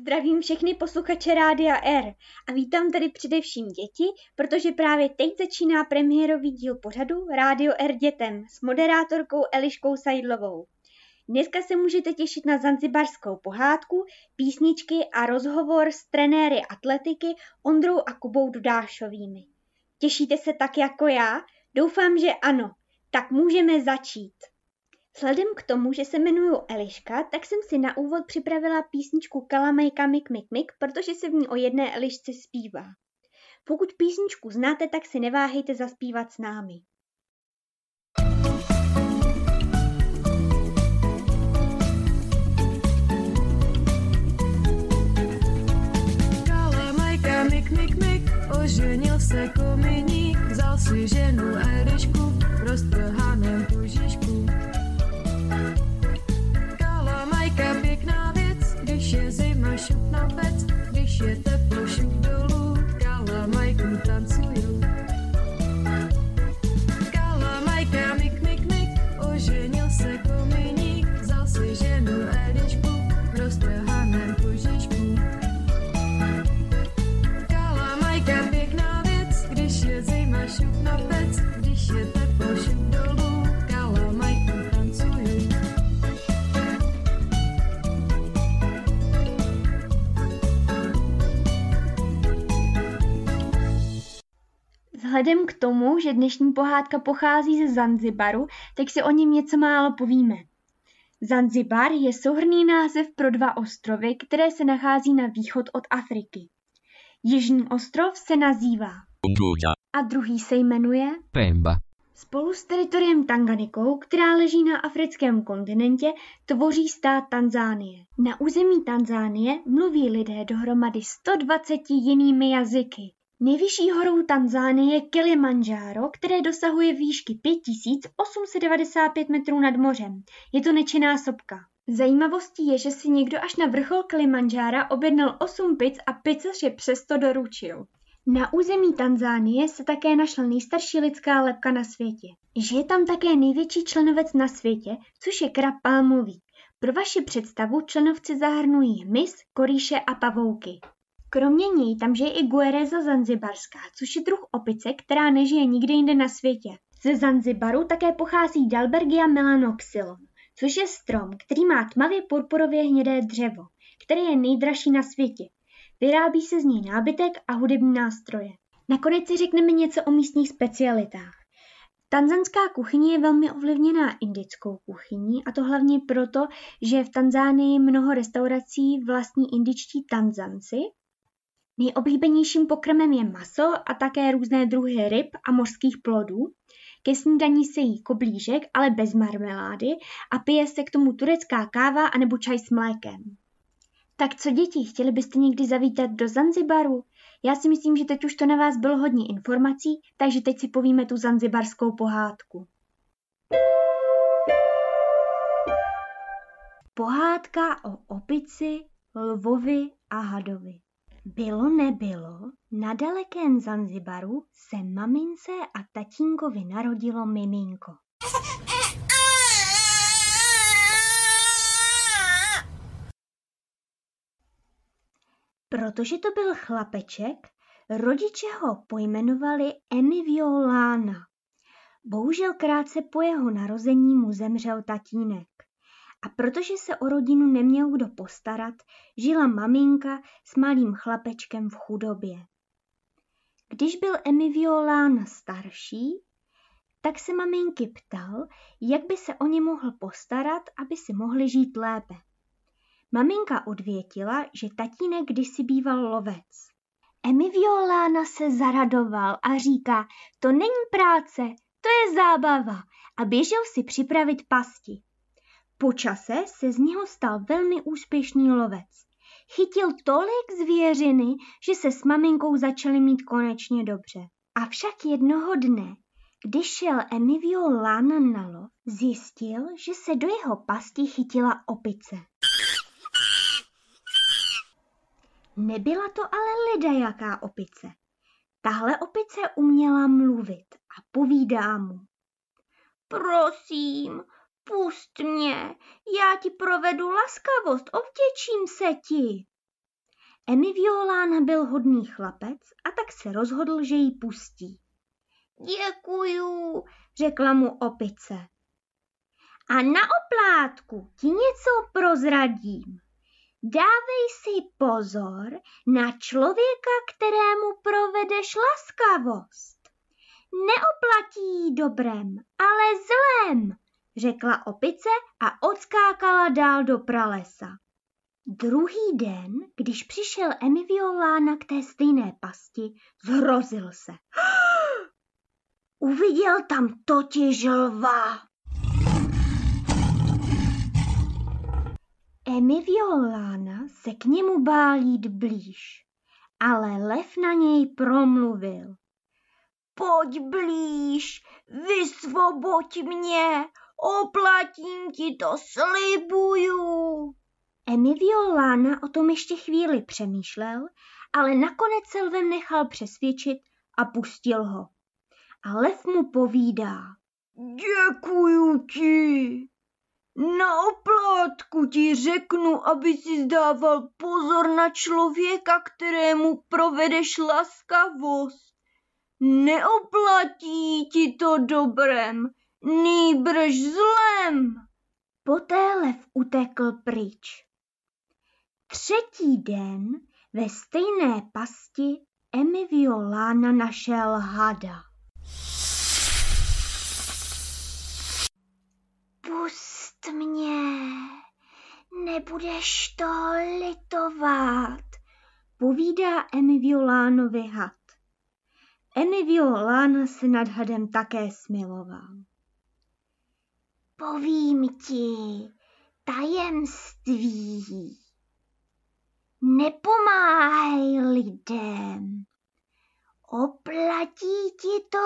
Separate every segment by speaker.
Speaker 1: Zdravím všechny posluchače Rádia R a vítám tady především děti, protože právě teď začíná premiérový díl pořadu Rádio R dětem s moderátorkou Eliškou Sajdlovou. Dneska se můžete těšit na zanzibarskou pohádku, písničky a rozhovor s trenéry atletiky Ondrou a Kubou Dudášovými. Těšíte se tak jako já? Doufám, že ano. Tak můžeme začít. Vzhledem k tomu, že se jmenuji Eliška, tak jsem si na úvod připravila písničku Kalamajka Mik Mik Mik, protože se v ní o jedné Elišce zpívá. Pokud písničku znáte, tak si neváhejte zaspívat s námi.
Speaker 2: Kalamajka Mik Mik Mik, oženil se kominík, vzal si ženu Elišku v roztrhaném tužišku. Kalamajka pěkná věc, když je zima šup na pec, když je teplo šup dolů, kalamajku tancuju. Kalamajka Mik Mik Mik, oženil se kominík, vzal si ženu Elišku v roztrhaném tužišku. Kalamajka pěkná věc, když je zima šup na pec, když je teplo šup dolů, kalamajku tancuju.
Speaker 1: Vzhledem k tomu, že dnešní pohádka pochází ze Zanzibaru, tak si o něm něco málo povíme. Zanzibar je souhrnný název pro dva ostrovy, které se nachází na východ od Afriky. Jižní ostrov se nazývá
Speaker 3: Unguja
Speaker 1: a druhý se jmenuje
Speaker 3: Pemba.
Speaker 1: Spolu s teritoriem Tanganikou, která leží na africkém kontinentě, tvoří stát Tanzánie. Na území Tanzánie mluví lidé dohromady 120 jinými jazyky. Nejvyšší horou Tanzánie je Kilimandžáro, které dosahuje výšky 5895 metrů nad mořem. Je to nečinná sopka. Zajímavostí je, že si někdo až na vrchol Kilimandžára objednal 8 pic a pizzař je přesto doručil. Na území Tanzánie se také našla nejstarší lidská lebka na světě. Žije tam také největší členovec na světě, což je krab palmový. Pro vaši představu členovci zahrnují hmyz, korýše a pavouky. Kromě něj tam žije i Guereza zanzibarská, což je druh opice, která nežije nikde jinde na světě. Ze Zanzibaru také pochází Dalbergia melanoxylon, což je strom, který má tmavě purpurově hnědé dřevo, které je nejdražší na světě. Vyrábí se z něj nábytek a hudební nástroje. Nakonec si řekneme něco o místních specialitách. Tanzanská kuchyně je velmi ovlivněná indickou kuchyní, a to hlavně proto, že v Tanzánii mnoho restaurací vlastní indičtí Tanzanci. Nejoblíbenějším pokrmem je maso a také různé druhy ryb a mořských plodů. Ke snídani se jí koblížek, ale bez marmelády, a pije se k tomu turecká káva anebo čaj s mlékem. Tak co děti, chtěli byste někdy zavítat do Zanzibaru? Já si myslím, že teď už to na vás bylo hodně informací, takže teď si povíme tu zanzibarskou pohádku. Pohádka o opici, lvovi a hadovi. Bylo nebylo, na dalekém Zanzibaru se mamince a tatínkovi narodilo miminko. Protože to byl chlapeček, rodiče ho pojmenovali Emiviolana. Bohužel krátce po jeho narození mu zemřel tatínek. A protože se o rodinu neměl kdo postarat, žila maminka s malým chlapečkem v chudobě. Když byl Emiviolana starší, tak se maminky ptal, jak by se o ně mohl postarat, aby si mohli žít lépe. Maminka odvětila, že tatínek kdysi býval lovec. Emiviolana se zaradoval a říká, to není práce, to je zábava, a běžel si připravit pasti. Po čase se z něho stal velmi úspěšný lovec. Chytil tolik zvěřiny, že se s maminkou začali mít konečně dobře. Avšak jednoho dne, když šel Emiviolana na lov, zjistil, že se do jeho pasti chytila opice. Nebyla to ale ledajaká opice. Tahle opice uměla mluvit a povídá mu. Prosím, pust mě, já ti provedu laskavost, ovděčím se ti. Emiviolana byl hodný chlapec a tak se rozhodl, že ji pustí. Děkuju, řekla mu opice. A na oplátku ti něco prozradím. Dávej si pozor na člověka, kterému provedeš laskavost. Neoplatí jí dobrem, ale zlem, řekla opice a odskákala dál do pralesa. Druhý den, když přišel Emiviolana k té stejné pasti, zhrozil se. Uviděl tam totiž lva. Emiviolana se k němu bál jít blíž, ale lev na něj promluvil. Pojď blíž, vysvoboď mě, oplatím ti to, slibuju. Emiviolana o tom ještě chvíli přemýšlel, ale nakonec se lvem nechal přesvědčit a pustil ho. A lev mu povídá. Děkuju ti. Na oplátku ti řeknu, aby si dával pozor na člověka, kterému provedeš laskavost. Neoplatí ti to dobrem, nýbrž zlem. Poté lev utekl pryč. Třetí den ve stejné pasti Emiviolana našel hada. Pust mě, nebudeš to litovat, povídá Emiviolanovi had. Emiviolana se nad hadem také smiloval. Povím ti tajemství. Nepomáhej lidem. Oplatí ti to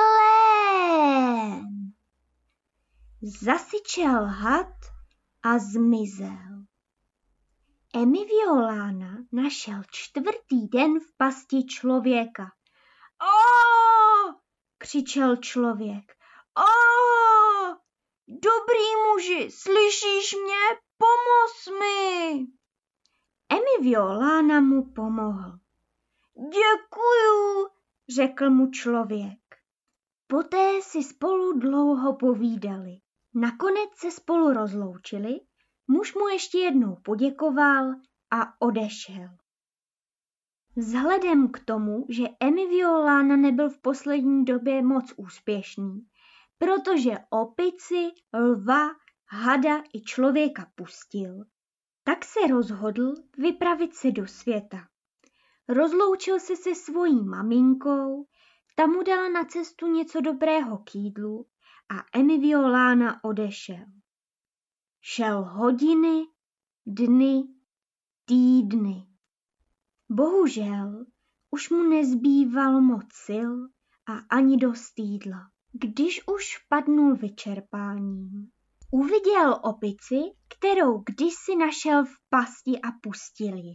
Speaker 1: zlem. Zasyčel had a zmizel. Emiviolana našel čtvrtý den v pasti člověka. "Aaaa!" křičel člověk. "Aaaa! Dobrý muži, slyšíš mě? Pomoz mi!" Emiviolana mu pomohl. "Děkuju," řekl mu člověk. Poté si spolu dlouho povídali. Nakonec se spolu rozloučili, muž mu ještě jednou poděkoval a odešel. Vzhledem k tomu, že Emiviolana nebyl v poslední době moc úspěšný, protože opici, lva, hada i člověka pustil, tak se rozhodl vypravit se do světa. Rozloučil se se svojí maminkou, ta mu dala na cestu něco dobrého k jídlu a Emiviolana odešel. Šel hodiny, dny, týdny. Bohužel už mu nezbývalo moc sil a ani dost jídla. Když už padnul vyčerpáním, uviděl opici, kterou kdysi našel v pasti a pustil ji.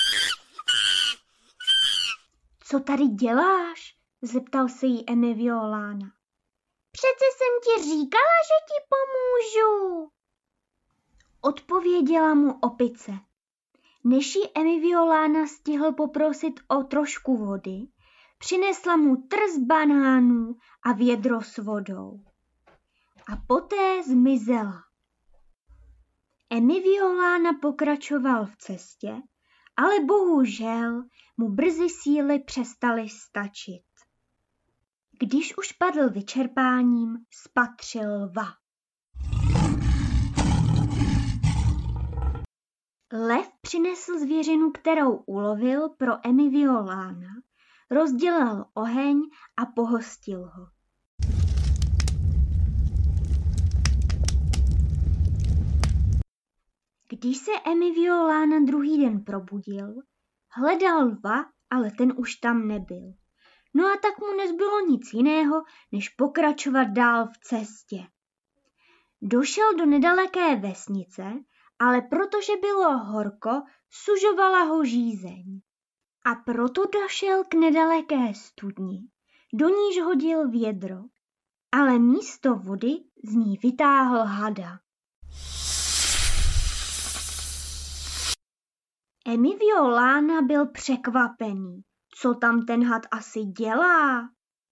Speaker 1: Co tady děláš? Zeptal se jí Emiviolana. Přece jsem ti říkala, že ti pomůžu. Odpověděla mu opice. Než ji Emiviolana stihl poprosit o trošku vody, přinesla mu trz banánů a vědro s vodou. A poté zmizela. Emiviolana pokračoval v cestě, ale bohužel mu brzy síly přestaly stačit. Když už padl vyčerpáním, spatřil lva. Lev přinesl zvěřinu, kterou ulovil pro Emiviolana, rozdělil oheň a pohostil ho. Když se Emiviolana druhý den probudil, hledal lva, ale ten už tam nebyl. No a tak mu nezbylo nic jiného, než pokračovat dál v cestě. Došel do nedaleké vesnice, ale protože bylo horko, sužovala ho žízeň. A proto došel k nedaleké studni, do níž hodil vědro, ale místo vody z ní vytáhl hada. Emiviolana byl překvapený. Co tam ten had asi dělá?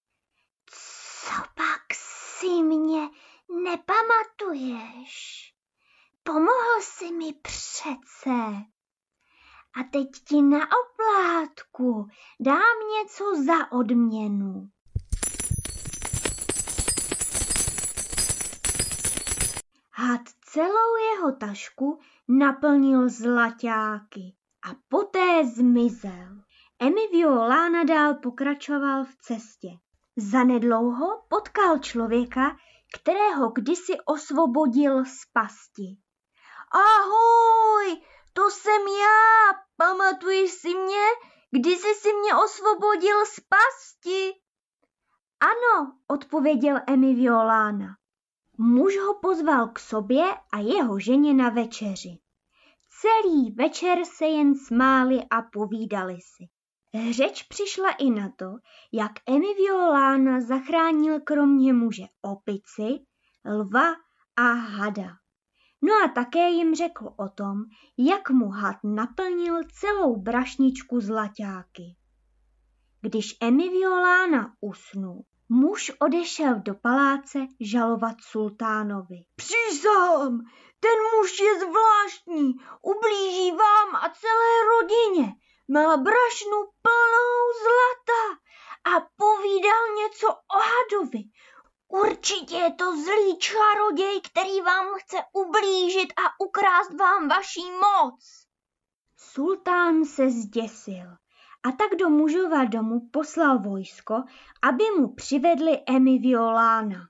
Speaker 1: Copak si mě nepamatuješ? Pomohl jsi mi přece. A teď ti na oplátku dám něco za odměnu. Had celou jeho tašku naplnil zlaťáky a poté zmizel. Emiviolana dál pokračoval v cestě. Zanedlouho potkal člověka, kterého kdysi osvobodil z pasti. Ahoj, to jsem já, pamatuješ si mě? Kdysi si mě osvobodil z pasti? Ano, odpověděl Emiviolana. Muž ho pozval k sobě a jeho ženě na večeři. Celý večer se jen smáli a povídali si. Řeč přišla i na to, jak Emiviolana zachránil kromě muže opici, lva a hada. No a také jim řekl o tom, jak mu had naplnil celou brašničku zlaťáky. Když Emiviolana usnul, muž odešel do paláce žalovat sultánovi. Přísahám, ten muž je zvláštní, ublíží vám a celé rodině. Má brašnu plnou zlata a povídal něco o hadovi. Určitě je to zlý čaroděj, který vám chce ublížit a ukrást vám vaší moc. Sultán se zděsil a tak do mužova domu poslal vojsko, aby mu přivedli Emiviolana.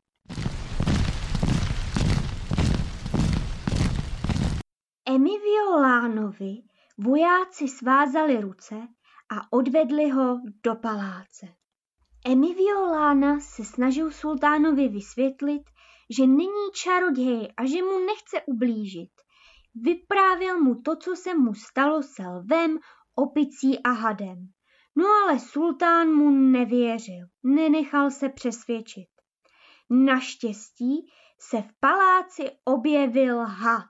Speaker 1: Emiviolánovi vojáci svázali ruce a odvedli ho do paláce. Emiviolana se snažil sultánovi vysvětlit, že není čaroděj a že mu nechce ublížit. Vyprávěl mu to, co se mu stalo se lvem, opicí a hadem. No ale sultán mu nevěřil, nenechal se přesvědčit. Naštěstí se v paláci objevil had.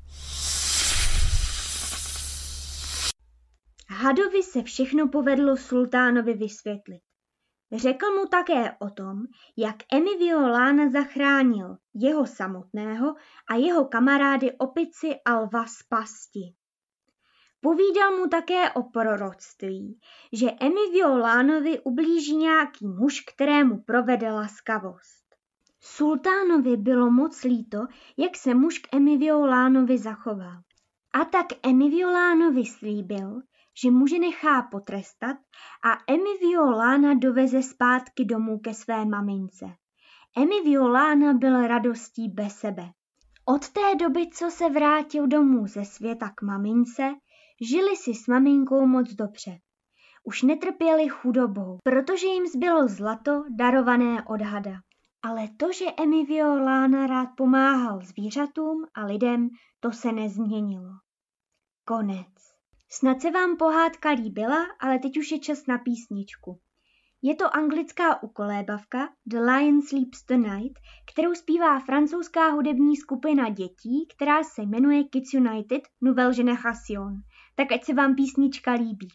Speaker 1: Hadovi se všechno povedlo sultánovi vysvětlit. Řekl mu také o tom, jak Emiviolana zachránil jeho samotného a jeho kamarády opici a lva z pasti. Povídal mu také o proroctví, že Emiviolanovi ublíží nějaký muž, kterému provede laskavost. Sultánovi bylo moc líto, jak se muž k Emiviolanovi zachoval. A tak Emiviolanovi slíbil, že muže nechá potrestat a Emiviolana doveze zpátky domů ke své mamince. Emiviolana byl radostí bez sebe. Od té doby, co se vrátil domů ze světa k mamince, žili si s maminkou moc dobře. Už netrpěli chudobou, protože jim zbylo zlato darované od hada. Ale to, že Emiviolana rád pomáhal zvířatům a lidem, to se nezměnilo. Konec. Snad se vám pohádka líbila, ale teď už je čas na písničku. Je to anglická ukolébavka The Lion Sleeps Tonight, kterou zpívá francouzská hudební skupina dětí, která se jmenuje Kids United Nouvelle Génération. Tak ať se vám písnička líbí.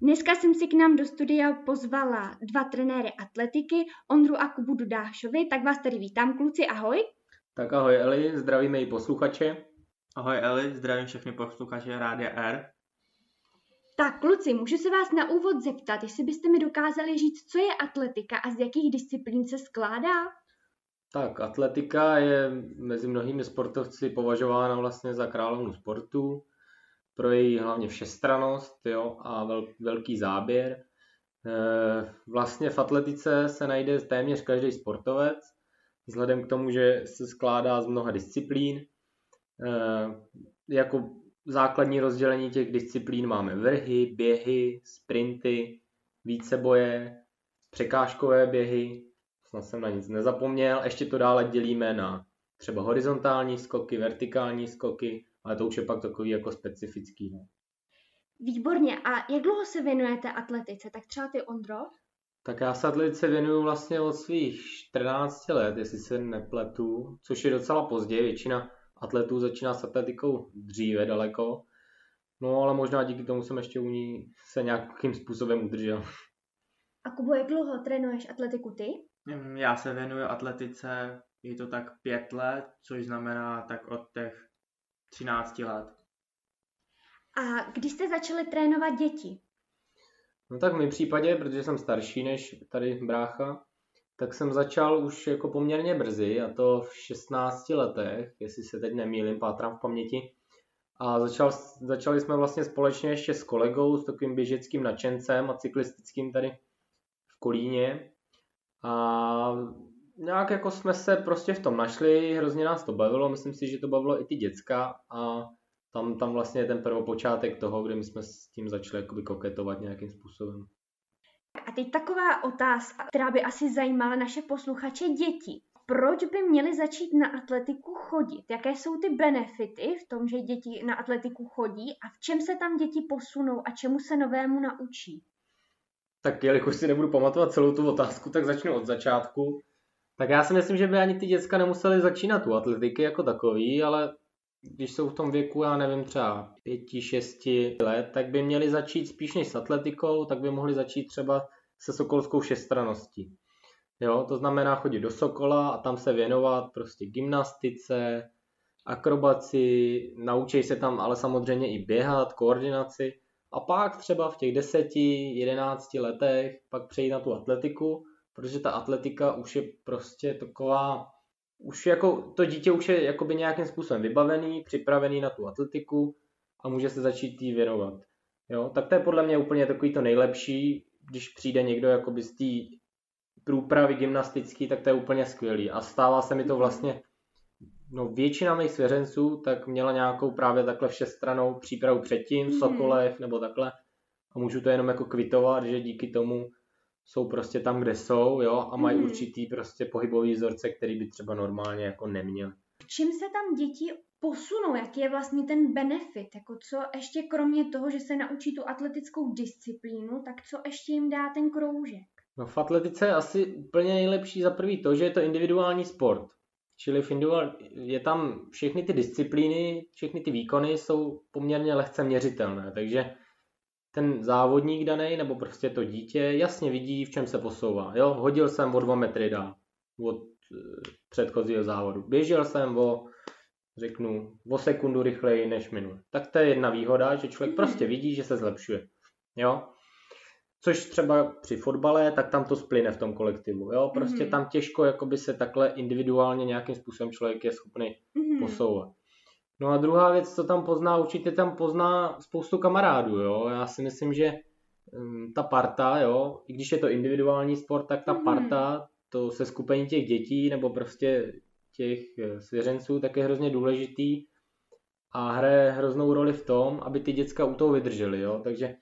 Speaker 1: Dneska jsem si k nám do studia pozvala 2 trenéry atletiky, Ondru a Kubu Dudášovi, tak vás tady vítám, kluci, ahoj.
Speaker 3: Tak ahoj Eli, zdravíme i posluchače.
Speaker 4: Ahoj Eli, zdravím všechny posluchače Rádia R.
Speaker 1: Tak kluci, můžu se vás na úvod zeptat, jestli byste mi dokázali říct, co je atletika a z jakých disciplín se skládá?
Speaker 3: Tak atletika je mezi mnohými sportovci považována vlastně za královnu sportu pro její hlavně všestrannost, jo, a velký záběr. Vlastně v atletice se najde téměř každý sportovec, vzhledem k tomu, že se skládá z mnoha disciplín. Jako základní rozdělení těch disciplín máme vrhy, běhy, sprinty, víceboje, překážkové běhy, snad jsem na nic nezapomněl. Ještě to dále dělíme na třeba horizontální skoky, vertikální skoky, ale to už je pak takový jako specifický. No.
Speaker 1: Výborně, a jak dlouho se věnujete atletice? Tak třeba ty, Ondro?
Speaker 3: Tak já se atletice věnuju vlastně od svých 14 let, jestli se nepletu, což je docela pozdě, většina atletů začíná s atletikou dříve daleko, no ale možná díky tomu jsem ještě u ní se nějakým způsobem udržel.
Speaker 1: A Kubo, jak dlouho trénuješ atletiku ty?
Speaker 4: Já se věnuju atletice, je to tak 5 let, což znamená tak od těch 13 let.
Speaker 1: A když jste začali trénovat děti?
Speaker 3: No tak v mém případě, protože jsem starší než tady brácha, tak jsem začal už jako poměrně brzy, a to v 16 letech, jestli se teď nemýlím, pátrám v paměti. A začali jsme vlastně společně ještě s kolegou, s takovým běžeckým nadšencem a cyklistickým tady v Kolíně. A nějak jako jsme se prostě v tom našli, hrozně nás to bavilo, myslím si, že to bavilo i ty děcka a tam vlastně je ten prvopočátek toho, kde my jsme s tím začali jakoby koketovat nějakým způsobem.
Speaker 1: A teď taková otázka, která by asi zajímala naše posluchače děti. Proč by měli začít na atletiku chodit? Jaké jsou ty benefity v tom, že děti na atletiku chodí a v čem se tam děti posunou a čemu se novému naučí?
Speaker 3: Tak jelikož si nebudu pamatovat celou tu otázku, tak začnu od začátku. Tak já si myslím, že by ani ty děcka nemuseli začínat u atletiky jako takový, ale když jsou v tom věku, já nevím, třeba 5-6 let, tak by měli začít spíš než s atletikou, tak by mohli začít třeba se sokolskou všestranností. Jo, to znamená chodit do Sokola a tam se věnovat prostě gymnastice, akrobaci, naučí se tam ale samozřejmě i běhat, koordinaci a pak třeba v těch 10-11 letech pak přejít na tu atletiku, protože ta atletika už je prostě taková, už jako to dítě už je jakoby nějakým způsobem vybavený, připravený na tu atletiku a může se začít jí věnovat. Jo, tak to je podle mě úplně takový to nejlepší, když přijde někdo jakoby z té průpravy gymnastický, tak to je úplně skvělý. A stává se mi to vlastně, no většina mých svěřenců tak měla nějakou právě takhle všestrannou přípravu předtím v Sokolech nebo takhle a můžu to jenom jako kvitovat, že díky tomu jsou prostě tam, kde jsou, jo, a mají určitý prostě pohybový vzorce, který by třeba normálně jako neměli.
Speaker 1: V čem se tam děti posunou? Jaký je vlastně ten benefit? Jako co ještě kromě toho, že se naučí tu atletickou disciplínu, tak co ještě jim dá ten kroužek?
Speaker 3: No v atletice je asi úplně nejlepší za prvý to, že je to individuální sport. Čili je tam všechny ty disciplíny, všechny ty výkony jsou poměrně lehce měřitelné, takže ten závodník daný, nebo prostě to dítě jasně vidí, v čem se posouvá. Jo, hodil jsem o 2 metry dál od předchozího závodu. Běžel jsem o sekundu rychleji než minule. Tak to je jedna výhoda, že člověk prostě vidí, že se zlepšuje. Jo? Což třeba při fotbale, tak tam to splyne v tom kolektivu. Jo? Prostě tam těžko jakoby se takhle individuálně nějakým způsobem člověk je schopný posouvat. No a druhá věc, co tam pozná, určitě tam pozná spoustu kamarádů, jo. Já si myslím, že ta parta, jo, i když je to individuální sport, tak ta parta, to seskupení těch dětí nebo prostě těch svěřenců, tak je hrozně důležitý a hraje hroznou roli v tom, aby ty děcka u toho vydržely, jo. Takže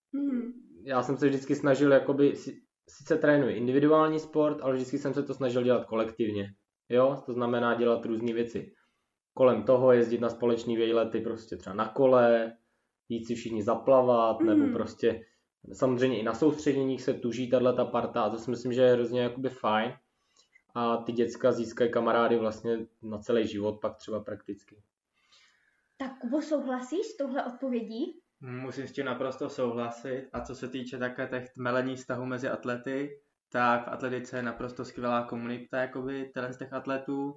Speaker 3: já jsem se vždycky snažil, jakoby, sice trénuji individuální sport, ale vždycky jsem se to snažil dělat kolektivně, jo. To znamená dělat různé věci kolem toho, jezdit na společný výlety prostě třeba na kole, jít si všichni zaplavat, nebo prostě samozřejmě i na soustředěních se tuží tato parta a to si myslím, že je hrozně jakoby fajn a ty děcka získají kamarády vlastně na celý život pak třeba prakticky.
Speaker 1: Tak Kubo, souhlasíš s touhle odpovědí?
Speaker 4: Musím s tím naprosto souhlasit. A co se týče také těch tmelení vztahů mezi atlety, tak v atletice je naprosto skvělá komunita jakoby z těch atletů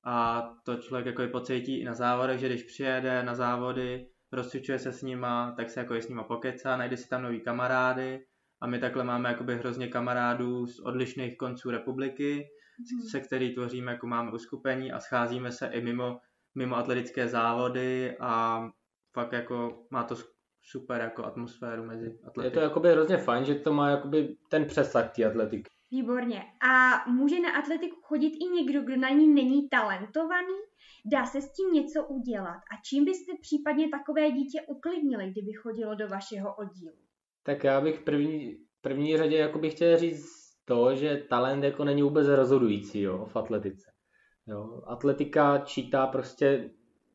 Speaker 4: a to člověk jako pocítí i na závodech, že když přijede na závody, rozcvičuje se s nima, tak se jako s nima pokecá, najde si tam nový kamarády a my takhle máme jakoby hrozně kamarádů z odlišných konců republiky, se který tvoříme, jako máme uskupení a scházíme se i mimo atletické závody a fakt jako má to super jako atmosféru mezi atlety.
Speaker 3: Je to jakoby hrozně fajn, že to má jakoby ten přesah té atletiky.
Speaker 1: Výborně. A může na atletiku chodit i někdo, kdo na ní není talentovaný? Dá se s tím něco udělat? A čím byste případně takové dítě uklidnili, kdyby chodilo do vašeho oddílu?
Speaker 3: Tak já bych v první řadě jakoby chtěl říct to, že talent jako není vůbec rozhodující, jo, v atletice. Jo. Atletika čítá prostě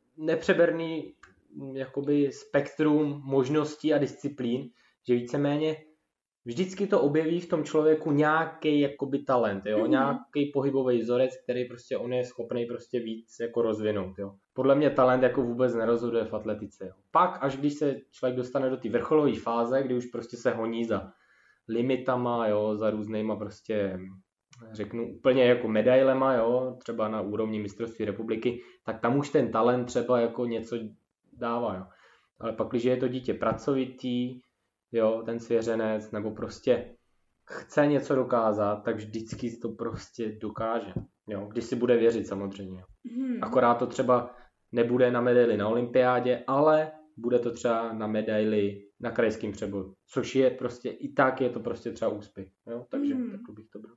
Speaker 3: nepřeberný jakoby spektrum možností a disciplín, že víceméně vždycky to objeví v tom člověku nějaký jakoby talent, jo, nějaký pohybový vzorec, který prostě on je schopný prostě víc jako rozvinout, jo. Podle mě talent jako vůbec nerozhoduje v atletice, jo. Pak, až když se člověk dostane do té vrcholové fáze, kdy už prostě se honí za limitama, jo, za různýma prostě, řeknu úplně jako medailema, jo, třeba na úrovni mistrovství republiky, tak tam už ten talent třeba jako něco dává, jo. Ale pak, když je to dítě pracovitý, jo, ten svěřenec, nebo prostě chce něco dokázat, tak vždycky to prostě dokáže, jo, když si bude věřit samozřejmě. Akorát to třeba nebude na medaili na olympiádě, ale bude to třeba na medaili na krajském přeboru, což je prostě, i tak je to prostě třeba úspěch, jo, takže takhle bych to bral.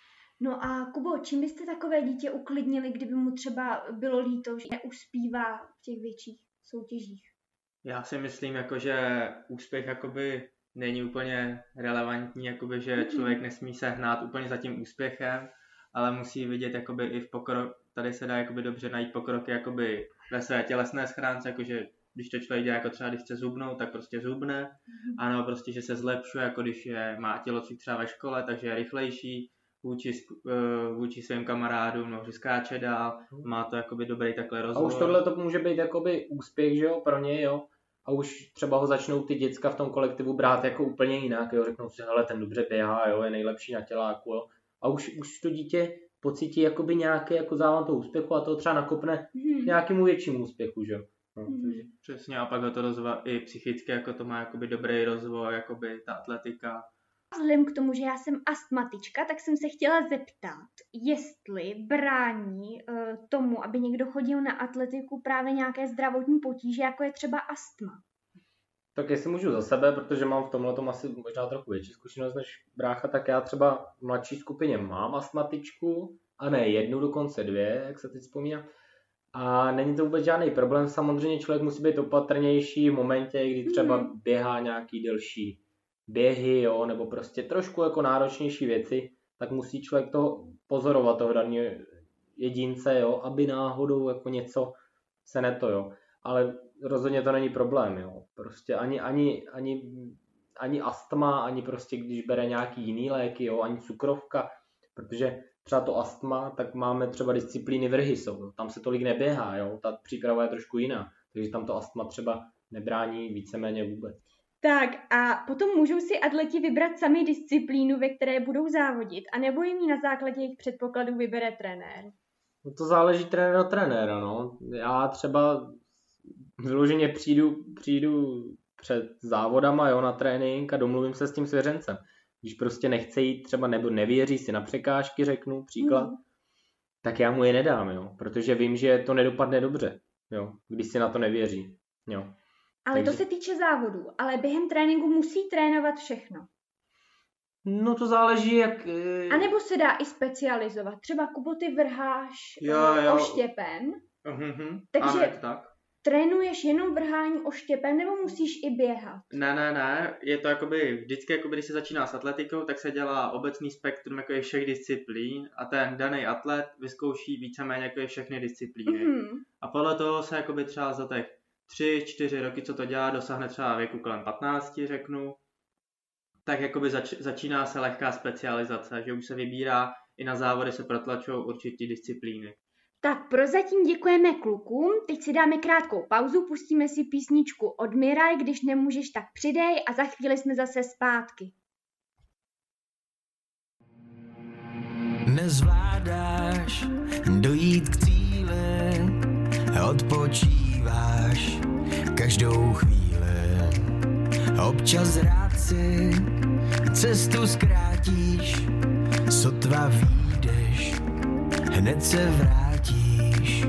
Speaker 1: No a Kubo, čím byste takové dítě uklidnili, kdyby mu třeba bylo líto, že neuspívá v těch větších soutěžích?
Speaker 4: Já si myslím, jako, že úspěch jakoby není úplně relevantní, jakoby, že člověk nesmí se hnát úplně za tím úspěchem, ale musí vidět jakoby, i v pokrok, tady se dá jakoby, dobře najít pokroky jakoby, ve své tělesné schránce, jakože když to člověk dělá, jako třeba když chce zubnout, tak prostě zubne, ano, prostě, že se zlepšuje, jako když má tělocvik třeba ve škole, takže je rychlejší vůči svým kamarádům, no, že skáče dál, má to jakoby dobrý takhle rozvoj.
Speaker 3: A už tohle to může být jakoby úspěch, že jo, pro něj, jo. A už třeba ho začnou ty děcka v tom kolektivu brát jako úplně jinak, jo, řeknou si, hele, ten dobře běhá, jo, je nejlepší na těláku, jo. A už to dítě pocítí jakoby nějaký jako závan toho úspěchu a to třeba nakopne nějakému většímu úspěchu, že jo. No, takže.
Speaker 4: Přesně, a pak ho to rozvoj i psychicky, jako to má jakoby dobrý rozvoj, jakoby ta atletika.
Speaker 1: Vzhledem k tomu, že já jsem astmatička, tak jsem se chtěla zeptat, jestli brání tomu, aby někdo chodil na atletiku právě nějaké zdravotní potíže, jako je třeba astma.
Speaker 3: Tak jestli můžu za sebe, protože mám v tomhletom asi možná trochu větší zkušenost než brácha, tak já třeba v mladší skupině mám astmatičku, a ne jednu, dokonce dvě, jak se teď vzpomínám. A není to vůbec žádný problém, samozřejmě člověk musí být opatrnější v momentě, kdy třeba běhá nějaký delší běhy, jo, nebo prostě trošku jako náročnější věci, tak musí člověk toho pozorovat, toho daného jedince, jo, aby náhodou jako něco se neto, jo. Ale rozhodně to není problém, jo. Prostě ani astma, ani prostě když bere nějaký jiný léky, jo, ani cukrovka, protože třeba to astma, tak máme třeba disciplíny vrhy jsou, tam se tolik neběhá, jo, ta příprava je trošku jiná, takže tam to astma třeba nebrání víceméně vůbec.
Speaker 1: Tak a potom můžou si atleti vybrat sami disciplínu, ve které budou závodit, anebo jim ji na základě jejich předpokladů vybere trenér?
Speaker 3: No to záleží trenér od trenéra, no. Já třeba vyloženě přijdu před závodama, jo, na trénink a domluvím se s tím svěřencem. Když prostě nechce jít třeba nebo nevěří si na překážky, řeknu příklad, tak já mu je nedám, jo, protože vím, že to nedopadne dobře, jo, když si na to nevěří, jo.
Speaker 1: Ale to se týče závodů, ale během tréninku musí trénovat všechno.
Speaker 3: No to záleží, jak...
Speaker 1: A nebo se dá i specializovat. Třeba Kubo, ty vrháš oštěpem, takže
Speaker 4: tak.
Speaker 1: Trénuješ jenom vrhání oštěpem, nebo musíš i běhat?
Speaker 4: Ne, je to jakoby, vždycky, jakoby, když se začíná s atletikou, tak se dělá obecný spektrum jako je všech disciplín a ten daný atlet vyzkouší víceméně jako je všechny disciplíny. A podle toho se jakoby třeba za těch 3-4 roky, co to dělá, dosáhne třeba věku kolem 15, řeknu, tak jakoby začíná se lehká specializace, že už se vybírá, i na závody se protlačují určitý disciplíny.
Speaker 1: Tak prozatím děkujeme klukům, teď si dáme krátkou pauzu, pustíme si písničku Odmíraj, když nemůžeš, tak přidej a za chvíli jsme zase zpátky.
Speaker 5: Nezvládáš dojít k cíli, odpočíváš každou chvíli. Občas rád si cestu zkrátíš, sotva vyjdeš, hned se vrátíš.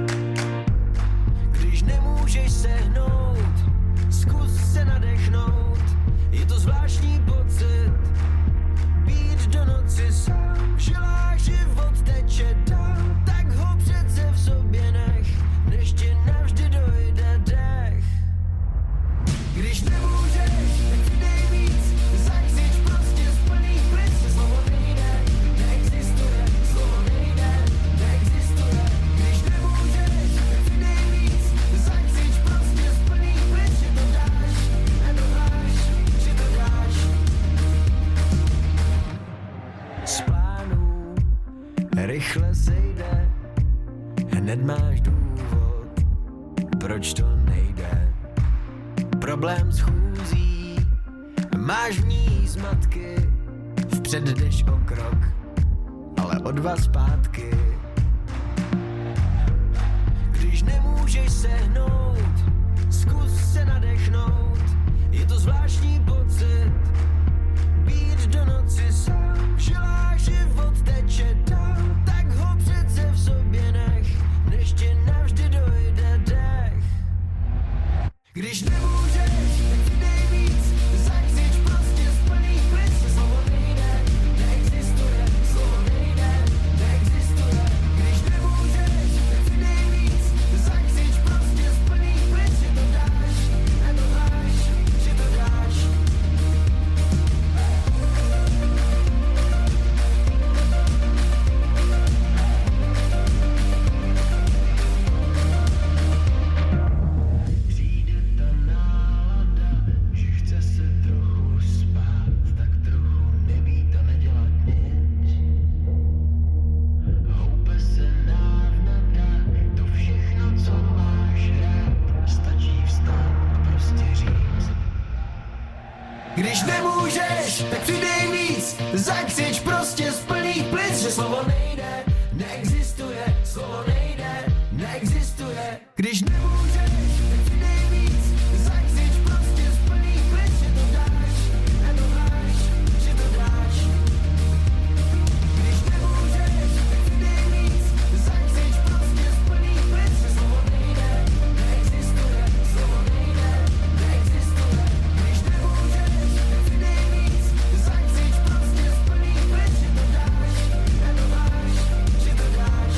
Speaker 5: Když nemůžeš sehnout, zkus se nadechnout, je to zvláštní pocit, být do noci sám, žilá život teče dál, tak ho přece v sobě nech, než ti navždy dojde dech. Když nemůžeš, tak přidej víc, zakřič prostě z plných plic, slovo nejde, neexistuje, slovo nejde, neexistuje. Když nemůžeš, tak přidej víc, zakřič prostě z plných plic, že to dáš, nedokáš, že to dáš. Z plánů rychle sejde, hned máš důvod, proč to nejde. Problém schůzí, máš v ní zmatky, vpřed jdeš o krok, ale o dva zpátky. Když nemůžeš sehnout, zkus se nadechnout, je to zvláštní pocit, být do noci sám, žilá život teče dál, tak ho přece v sobě nech, než ti navždy dojde dech. Když nemůžeš, tak přidej víc, zakřič prostě z plných plic, slovo nejde, neexistuje, slovo nejde, neexistuje. Když nemůžeš, tak přidej víc, zakřič prostě z plných plic, že to dáš, nedokáš, že to dáš. Přijde ta nálada, že chce se trochu spát, tak trochu nebýt a nedělat nic. Houpe se návnada, to všechno, co máš rád, stačí vstát a prostě říct. Když nemůžeš, tak přidej víc, zakřič prostě z plných plic, že slovo nejde, neexistuje, slovo nejde, neexistuje. Když nemůžeš, tak přidej víc, zakřič prostě z plných plic, že to dáš, nedokáš, že to dáš. Když nemůžeš, tak přidej víc, zakřič prostě z plných plic, že slovo nejde, neexistuje, slovo nejde, neexistuje. Když nemůžeš, tak přidej víc, zakřič prostě z plných plic, že to dáš, nedokáš, že to dáš.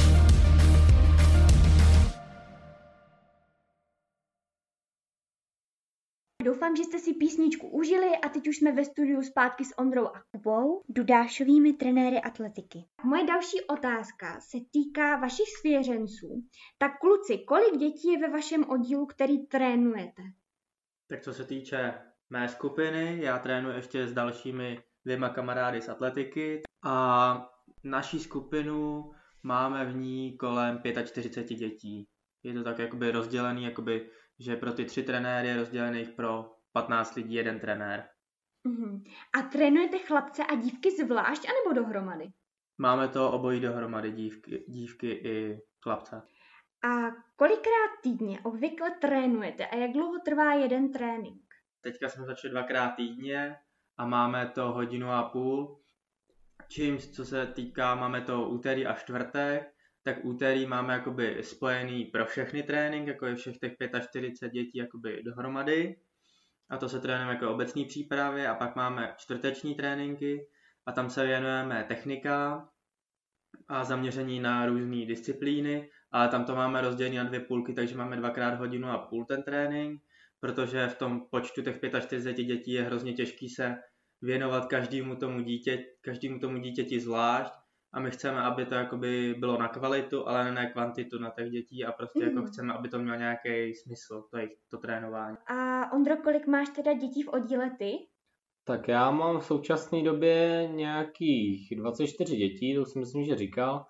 Speaker 1: Doufám, že jste si písničku užili a teď už jsme ve studiu zpátky s Ondrou a Kubou, Dudášovými trenéry atletiky. Moje další otázka se týká vašich svěřenců. Tak kluci, kolik dětí je ve vašem oddílu, který trénujete?
Speaker 4: Tak co se týče mé skupiny, já trénuji ještě s dalšími 2 kamarády z atletiky a naší skupinu máme v ní kolem 45 dětí. Je to tak jakoby rozdělený, jakoby, že pro ty 3 trenéry je rozdělených pro 15 lidí 1 trenér.
Speaker 1: A trénujete chlapce a dívky zvlášť anebo dohromady?
Speaker 4: Máme to obojí dohromady, dívky i chlapce.
Speaker 1: A kolikrát týdně obvykle trénujete a jak dlouho trvá jeden trénink?
Speaker 4: Teďka jsme začali 2krát týdně a máme to 1,5 hodiny. Čímž, co se týká, máme to úterý a čtvrtek, tak úterý máme jakoby spojený pro všechny trénink, jako je všech těch 45 dětí jakoby dohromady. A to se trénujeme jako obecní přípravy a pak máme čtvrteční tréninky a tam se věnujeme technika a zaměření na různé disciplíny, ale tam to máme rozdělené na 2 půlky, takže máme 2x 1,5 hodiny ten trénink, protože v tom počtu těch 45 dětí je hrozně těžký se věnovat každému tomu dítěti zvlášť a my chceme, aby to jakoby bylo na kvalitu, ale ne na kvantitu na těch dětí a prostě jako chceme, aby to mělo nějaký smysl, to trénování.
Speaker 1: A Ondro, kolik máš teda dětí v oddíle ty?
Speaker 3: Tak já mám v současné době nějakých 24 dětí, to si myslím, že říkal.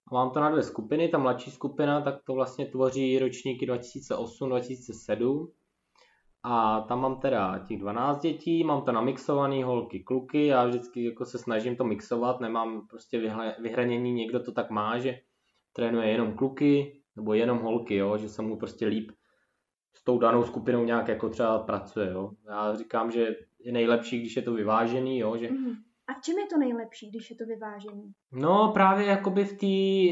Speaker 3: A mám to na 2 skupiny, ta mladší skupina, tak to vlastně tvoří ročníky 2008-2007. A tam mám teda těch 12 dětí, mám to namixovaný holky, kluky, já vždycky jako se snažím to mixovat, nemám prostě vyhranění, někdo to tak má, že trénuje jenom kluky, nebo jenom holky, jo, že se mu prostě líp s tou danou skupinou nějak jako třeba pracuje, jo. Já říkám, že je nejlepší, když je to vyvážený, jo, že...
Speaker 1: A v čem je to nejlepší, když je to vyvážený?
Speaker 3: No právě jakoby v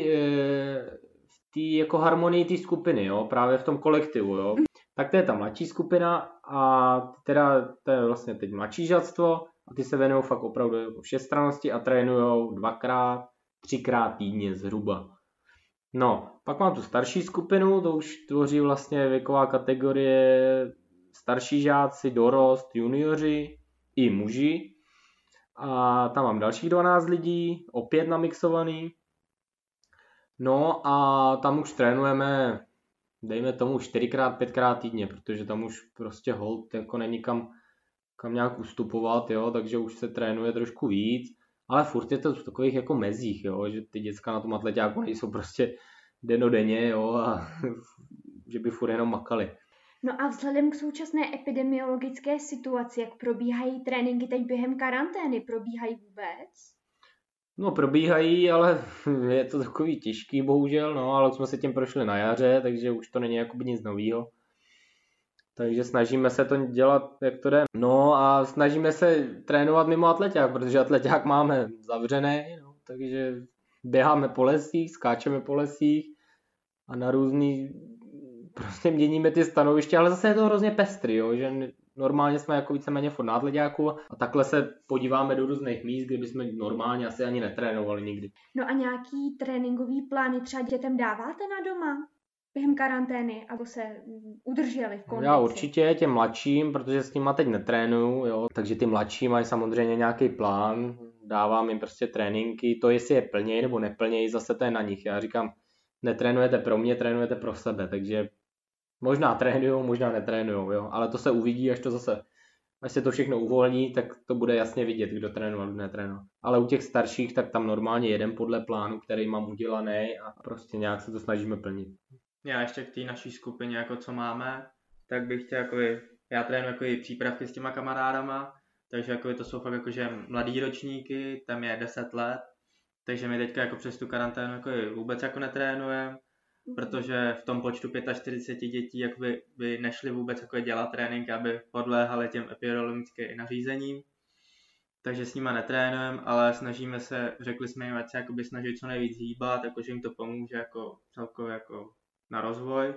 Speaker 3: té jako harmonii té skupiny, jo, právě v tom kolektivu, jo. Tak to je ta mladší skupina a teda to je vlastně teď mladší žadstvo a ty se věnují fakt opravdu jako všestrannosti a trénujou 2x, 3x týdně zhruba. No, pak mám tu starší skupinu, to už tvoří vlastně věková kategorie starší žáci, dorost, junioři i muži. A tam mám dalších 12 lidí, opět namixovaný. No a tam už trénujeme, dejme tomu 4x, 5x týdně, protože tam už prostě hold jako není kam nějak ustupovat, jo, takže už se trénuje trošku víc, ale furt je to v takových jako mezích, jo, že ty děcka na tom atleťáku nejsou prostě dennodenně, jo, a že by furt jenom makali.
Speaker 1: No a vzhledem k současné epidemiologické situaci, jak probíhají tréninky teď během karantény, probíhají vůbec?
Speaker 3: No probíhají, ale je to takový těžký bohužel, no, ale už jsme se tím prošli na jaře, takže už to není jakoby nic novýho. Takže snažíme se to dělat, jak to jde. No a snažíme se trénovat mimo atleťák, protože atleťák máme zavřený, no, takže běháme po lesích, skáčeme po lesích a na různý prostě měníme ty stanoviště, ale zase je to hrozně pestrý, jo, že normálně jsme jako víceméně furt na atleťáku a takhle se podíváme do různých míst, kde bychom normálně asi ani netrénovali nikdy.
Speaker 1: No a nějaký tréninkový plány třeba dětem dáváte na doma během karantény, aby se udrželi v kondici?
Speaker 3: Já určitě těm mladším, protože s nima teď netrénuju, jo, takže ty mladší mají samozřejmě nějaký plán, dávám jim prostě tréninky, to jestli je plněj nebo neplněj, zase to je na nich. Já říkám, netrénujete pro mě, trénujete pro sebe, takže možná trénujou, možná netrénujou, jo, ale to se uvidí, až se to všechno uvolní, tak to bude jasně vidět, kdo trénoval, kdo netrénoval. Ale u těch starších, tak tam normálně jedem podle plánu, který mám udělaný a prostě nějak se to snažíme plnit.
Speaker 4: Já ještě k té naší skupině, jako co máme, tak bych chtěl, já trénuji jako přípravky s těma kamarádama, takže jako to jsou fakt jakože mladý ročníky, tam je 10 let, takže my teďka jako přes tu karanténu jako vůbec jako netrénujeme, protože v tom počtu 45 dětí jakoby by nešli vůbec jako dělat tréninky, aby podléhali těm epidemiologickým nařízením. Takže s nima netrénujeme, ale snažíme se, řekli jsme jim, ať se jakoby snaží co nejvíc hýbat, jakože jim to pomůže jako celkově jako na rozvoj.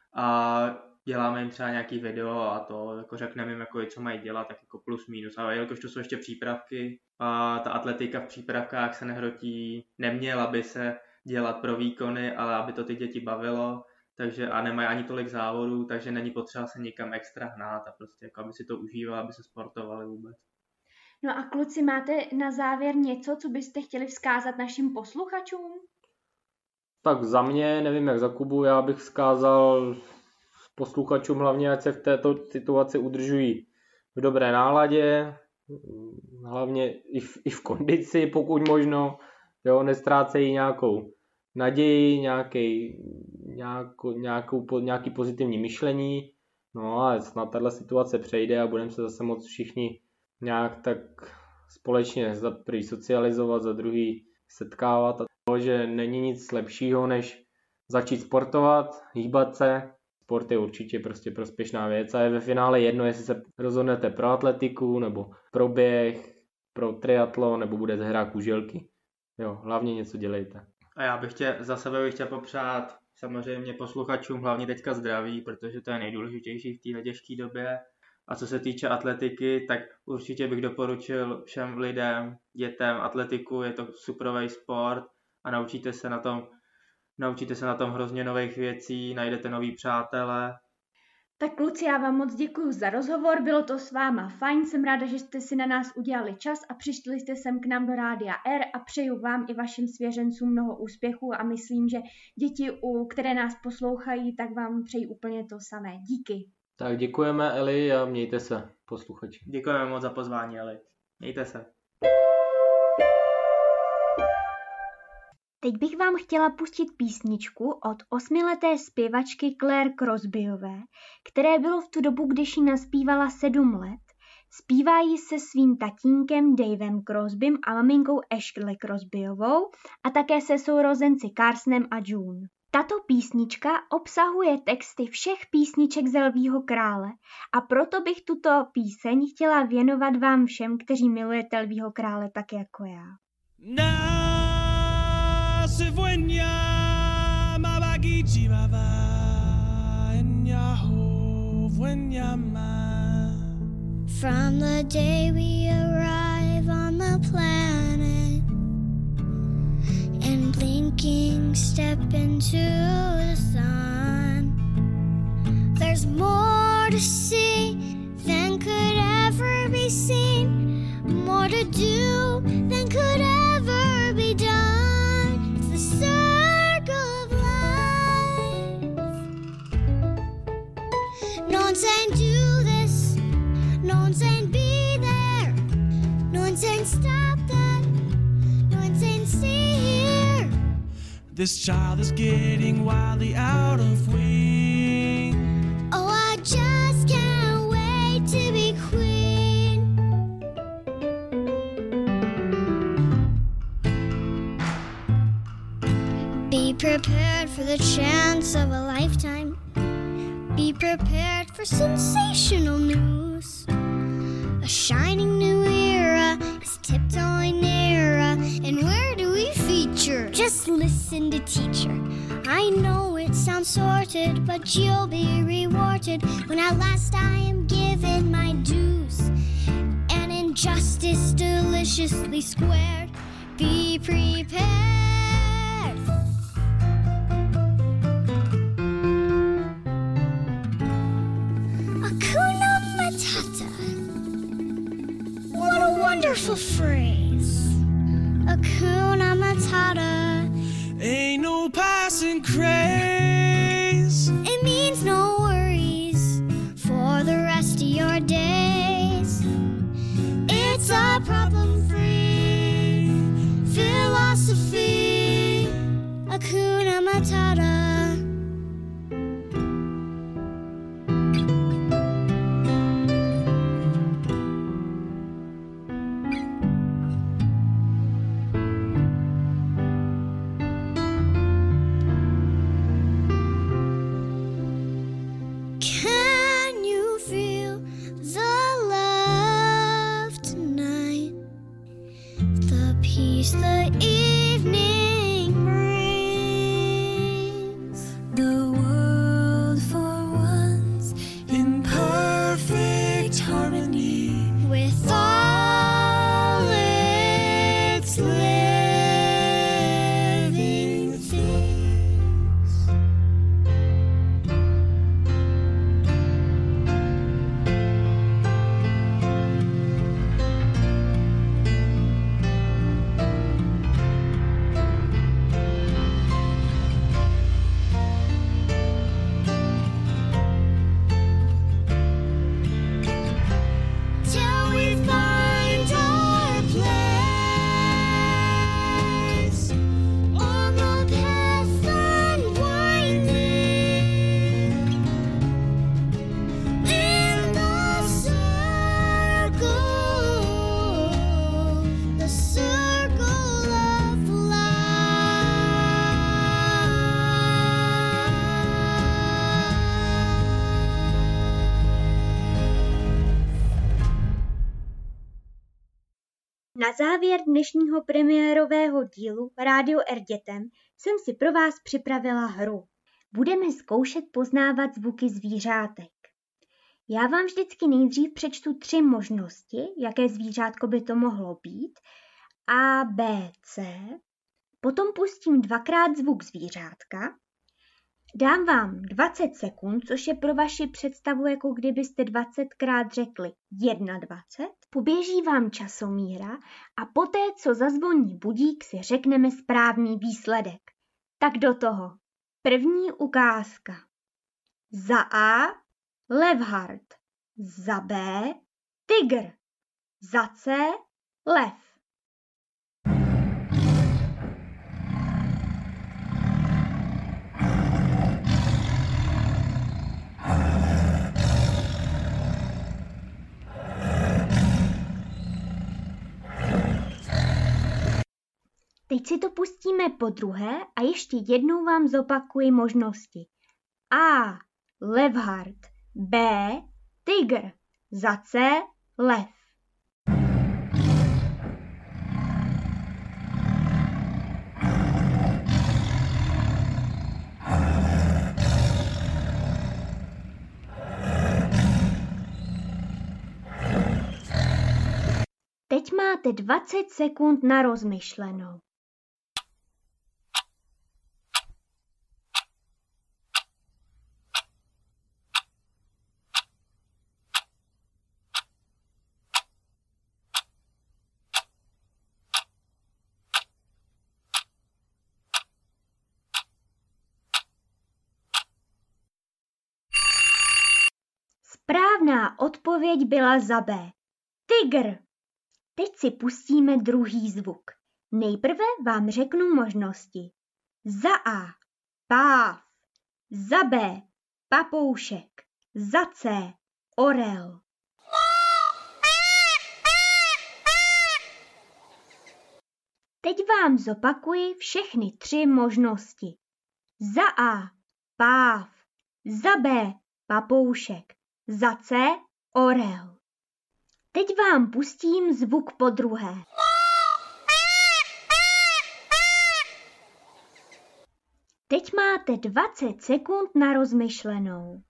Speaker 4: A děláme jim třeba nějaký video a to jako řekneme jim, jako, co mají dělat, tak jako plus minus. Ale jelikož to jsou ještě přípravky a ta atletika v přípravkách se nehrotí, neměla by se dělat pro výkony, ale aby to ty děti bavilo, takže a nemají ani tolik závodů, takže není potřeba se nikam extra hnát a prostě jako aby si to užívali, aby se sportovali vůbec.
Speaker 1: No a kluci, máte na závěr něco, co byste chtěli vzkázat našim posluchačům?
Speaker 3: Tak za mě, nevím jak za Kubu, já bych vzkázal posluchačům hlavně, ať se v této situaci udržují v dobré náladě, hlavně i v kondici, pokud možno, jo, nestrácejí nějakou naději, nějaký pozitivní myšlení, no a snad tato situace přejde a budeme se zase moc všichni nějak tak společně za prvý socializovat, za druhý setkávat a to, že není nic lepšího, než začít sportovat, hýbat se. Sport je určitě prostě prospěšná věc a je ve finále jedno, jestli se rozhodnete pro atletiku, nebo pro běh, pro triatlon, nebo budete hrát kuželky. Jo, hlavně něco dělejte.
Speaker 4: A já bych za sebe bych chtěl popřát samozřejmě posluchačům hlavně teďka zdraví, protože to je nejdůležitější v téhle těžké době. A co se týče atletiky, tak určitě bych doporučil všem lidem, dětem atletiku, je to superový sport a naučíte se na tom hrozně nových věcí, najdete nový přátelé.
Speaker 1: Tak kluci, já vám moc děkuji za rozhovor, bylo to s váma fajn, jsem ráda, že jste si na nás udělali čas a přišli jste sem k nám do Rádia R a přeju vám i vašim svěřencům mnoho úspěchů a myslím, že děti, které nás poslouchají, tak vám přeji úplně to samé. Díky.
Speaker 3: Tak děkujeme, Eli, a mějte se, posluchači.
Speaker 4: Děkujeme moc za pozvání, Eli. Mějte se.
Speaker 1: Teď bych vám chtěla pustit písničku od 8leté zpěvačky Claire Crosbyové, které bylo v tu dobu, když jí naspívala 7 let. Zpívá ji se svým tatínkem Davem Crosbym a maminkou Ashley Crosbyovou a také se sourozenci Carsonem a June. Tato písnička obsahuje texty všech písniček z Lvího krále a proto bych tuto píseň chtěla věnovat vám všem, kteří milujete Lvího krále tak jako já.
Speaker 6: From the day we arrive on the planet and blinking step into the sun, there's more to see than could ever be seen, more to do than could ever be done. It's the circle of life. No one's saying do this, no one's saying be there, no one's saying stop that, no one's saying stay here.
Speaker 5: This child is getting wildly out of wing.
Speaker 6: Oh, I just can't wait to be queen. Be prepared for the chance of a lifetime. Be prepared for sensational news. A shining new era is tiptoeing nearer. And where do we feature? Just listen to teacher. I know it sounds sorted, but you'll be rewarded when at last I am given my dues. And injustice deliciously squared. Be prepared. Hakuna Matata. What a wonderful phrase. Hakuna Matata.
Speaker 5: Ain't no passing craze.
Speaker 6: It means no worries for the rest of your days. It's a problem-free philosophy. Hakuna Matata. Can you feel the love tonight? The peace the evening brings.
Speaker 2: The world for once
Speaker 5: In perfect harmony.
Speaker 6: With all its living things. Till we find our place on the path unwinding in the circle of
Speaker 1: Na závěr dnešního premiérového dílu Radio R dětem jsem si pro vás připravila hru. Budeme zkoušet poznávat zvuky zvířátek. Já vám vždycky nejdřív přečtu 3 možnosti, jaké zvířátko by to mohlo být. A, B, C. Potom pustím 2krát zvuk zvířátka. Dám vám 20 sekund, což je pro vaši představu, jako kdybyste 20krát řekli 21. Poběží vám časomíra a poté, co zazvoní budík, si řekneme správný výsledek. Tak do toho. První ukázka. Za A levhart, za B tygr, za C lev. Teď si to pustíme podruhé a ještě jednou vám zopakuji možnosti. A. Levhart. B. Tygr. Za C. Lev. Teď máte 20 sekund na rozmyšlenou. Správná odpověď byla za B. Tygr. Teď si pustíme druhý zvuk. Nejprve vám řeknu možnosti. Za A. Páv. Za B. Papoušek. Za C. Orel. Teď vám zopakuji všechny 3 možnosti. Za A. Páv. Za B. Papoušek. Za C. Orel. Teď vám pustím zvuk podruhé. Teď máte 20 sekund na rozmyšlenou.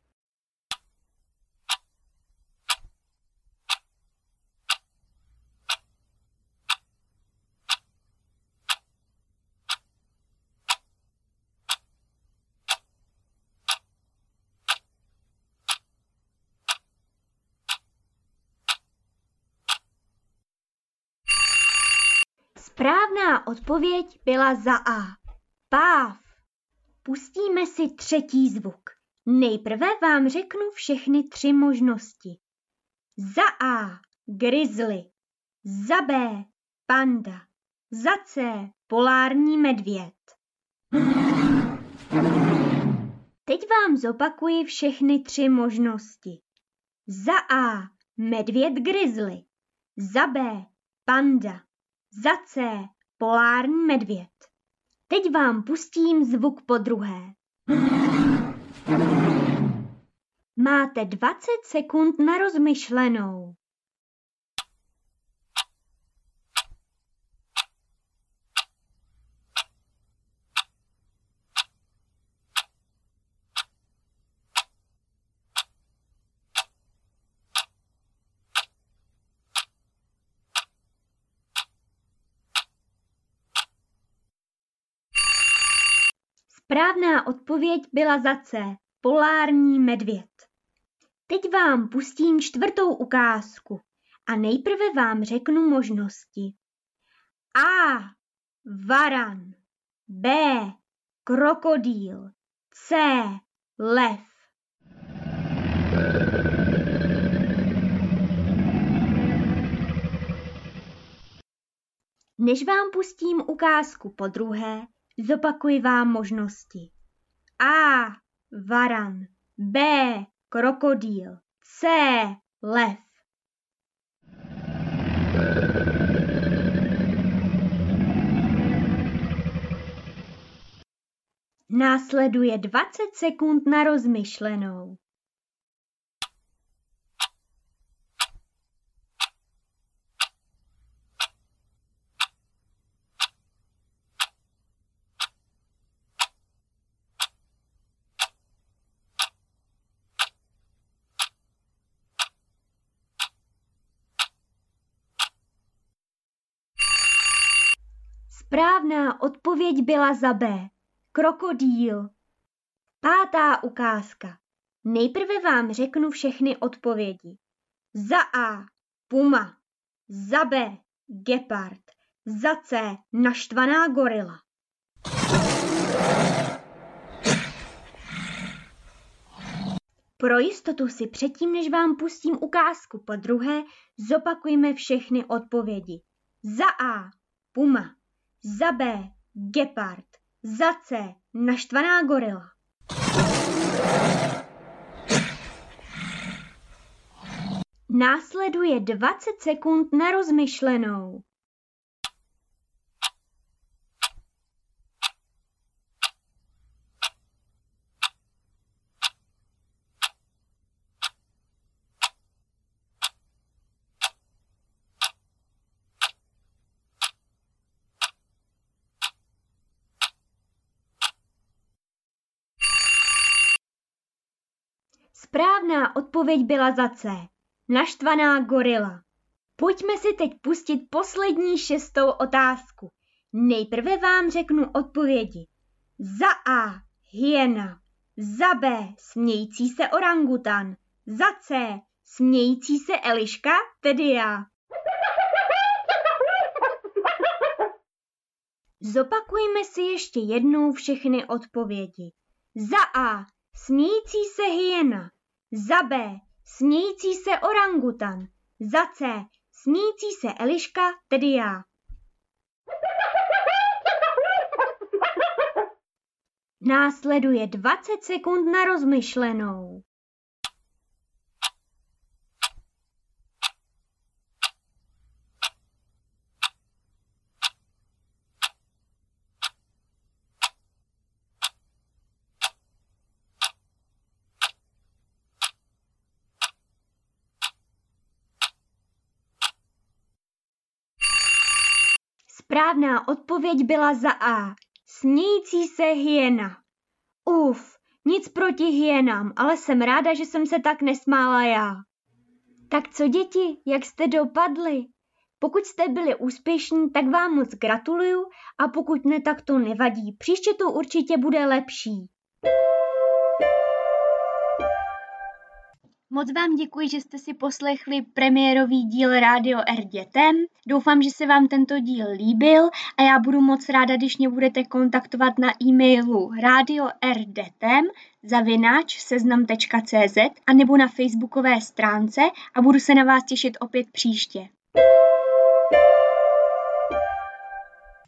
Speaker 1: Správná odpověď byla za A. Páv. Pustíme si třetí zvuk. Nejprve vám řeknu všechny 3 možnosti. Za A. Grizzly. Za B. Panda. Za C. Polární medvěd. Teď vám zopakuji všechny 3 možnosti. Za A. Medvěd grizzly. Za B. Panda. Za C. Polární medvěd. Teď vám pustím zvuk podruhé. Máte 20 sekund na rozmyšlenou. Správná odpověď byla za C. Polární medvěd. Teď vám pustím 4. ukázku a nejprve vám řeknu možnosti. A. Varan. B. Krokodýl. C. Lev. Než vám pustím ukázku podruhé, zopakuji vám možnosti. A. Varan. B. Krokodýl. C. Lev. Následuje 20 sekund na rozmyšlenou. Správná odpověď byla za B. Krokodýl. 5. ukázka. Nejprve vám řeknu všechny odpovědi. Za A. Puma. Za B. Gepard. Za C. Naštvaná gorila. Pro jistotu si předtím, než vám pustím ukázku podruhé, zopakujme všechny odpovědi. Za A. Puma. Za B. Gepard. Za C. Naštvaná gorila. Následuje 20 sekund na rozmyšlenou. Správná odpověď byla za C. Naštvaná gorila. Pojďme si teď pustit poslední 6. otázku. Nejprve vám řeknu odpovědi. Za A. Hyena. Za B. Smějící se orangutan. Za C. Smějící se Eliška, tedy já. Zopakujme si ještě jednou všechny odpovědi. Za A. Smějící se hyena. Za B. Smějící se orangutan. Za C. Smějící se Eliška, tedy já. Následuje 20 sekund na rozmyšlenou. Správná odpověď byla za A. Smějící se hyena. Nic proti hyenám, ale jsem ráda, že jsem se tak nesmála já. Tak co děti, jak jste dopadli? Pokud jste byli úspěšní, tak vám moc gratuluju a pokud ne, tak to nevadí. Příště to určitě bude lepší. Moc vám děkuji, že jste si poslechli premiérový díl Radio R dětem. Doufám, že se vám tento díl líbil a já budu moc ráda, když mě budete kontaktovat na e-mailu radiordetem@seznam.cz a nebo na facebookové stránce a budu se na vás těšit opět příště.